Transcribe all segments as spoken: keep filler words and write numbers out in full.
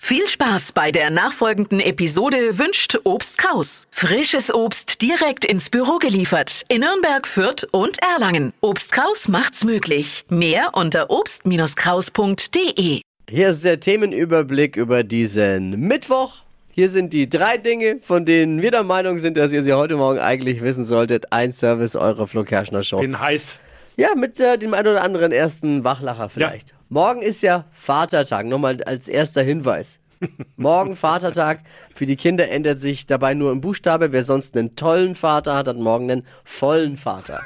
Viel Spaß bei der nachfolgenden Episode wünscht Obst Kraus. Frisches Obst direkt ins Büro geliefert in Nürnberg, Fürth und Erlangen. Obst Kraus macht's möglich. Mehr unter obst Kraus punkt de. Hier ist der Themenüberblick über diesen Mittwoch. Hier sind die drei Dinge, von denen wir der Meinung sind, dass ihr sie heute Morgen eigentlich wissen solltet. Ein Service eurer Flo Kerschner Show. Bin heiß. Ja, mit äh, dem einen oder anderen ersten Wachlacher vielleicht. Ja. Morgen ist ja Vatertag, nochmal als erster Hinweis. Morgen Vatertag, für die Kinder ändert sich dabei nur ein Buchstabe. Wer sonst einen tollen Vater hat, hat morgen einen vollen Vater.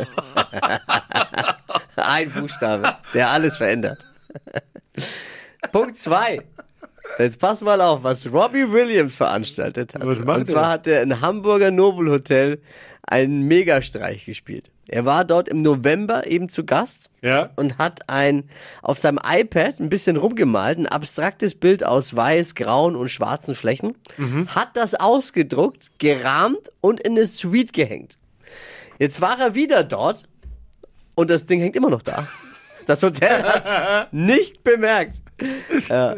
Ein Buchstabe, der alles verändert. Punkt zwei. Jetzt pass mal auf, was Robbie Williams veranstaltet hat. Was macht Und zwar er? hat er in Hamburger Nobelhotel einen Megastreich gespielt. Er war dort im November eben zu Gast Ja. und hat ein auf seinem iPad ein bisschen rumgemalt, ein abstraktes Bild aus weiß, grauen und schwarzen Flächen, hat das ausgedruckt, gerahmt und in eine Suite gehängt. Jetzt war er wieder dort und das Ding hängt immer noch da. Das Hotel hat es nicht bemerkt. Ja.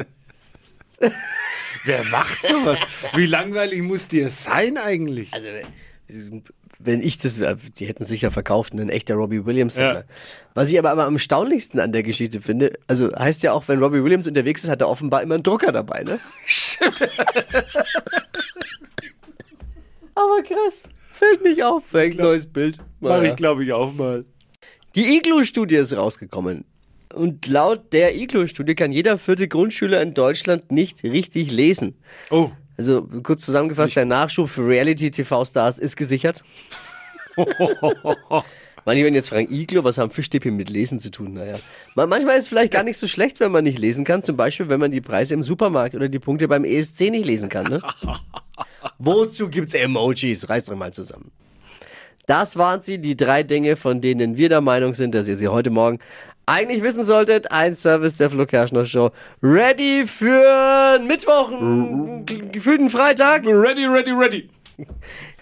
Wer macht sowas? Wie langweilig muss dir sein eigentlich? Also, wenn ich das, die hätten sicher verkauft, ein echter Robbie Williams. Ja. Was ich aber, aber am erstaunlichsten an der Geschichte finde, also heißt ja auch, wenn Robbie Williams unterwegs ist, hat er offenbar immer einen Drucker dabei, ne? Stimmt. Aber krass, fällt nicht auf. Ein neues Bild. Mach Naja. ich, glaube ich, auch mal. Die Iglu-Studie ist rausgekommen. Und laut der Iglu-Studie kann jeder vierte Grundschüler in Deutschland nicht richtig lesen. Oh. Also kurz zusammengefasst, der Nachschub für Reality-T V-Stars ist gesichert. Manche werden jetzt fragen, Iglu, was haben Fischstäbchen mit Lesen zu tun? Naja, Man- manchmal ist es vielleicht gar nicht so schlecht, wenn man nicht lesen kann. Zum Beispiel, wenn man die Preise im Supermarkt oder die Punkte beim E S C nicht lesen kann. Ne? Wozu gibt's Emojis? Reißt euch mal zusammen. Das waren sie, die drei Dinge, von denen wir der Meinung sind, dass ihr sie heute Morgen eigentlich wissen solltet. Ein Service der Flo Kerschner Show. Ready für Mittwoch, einen gefühlten Freitag? Ready, ready, ready.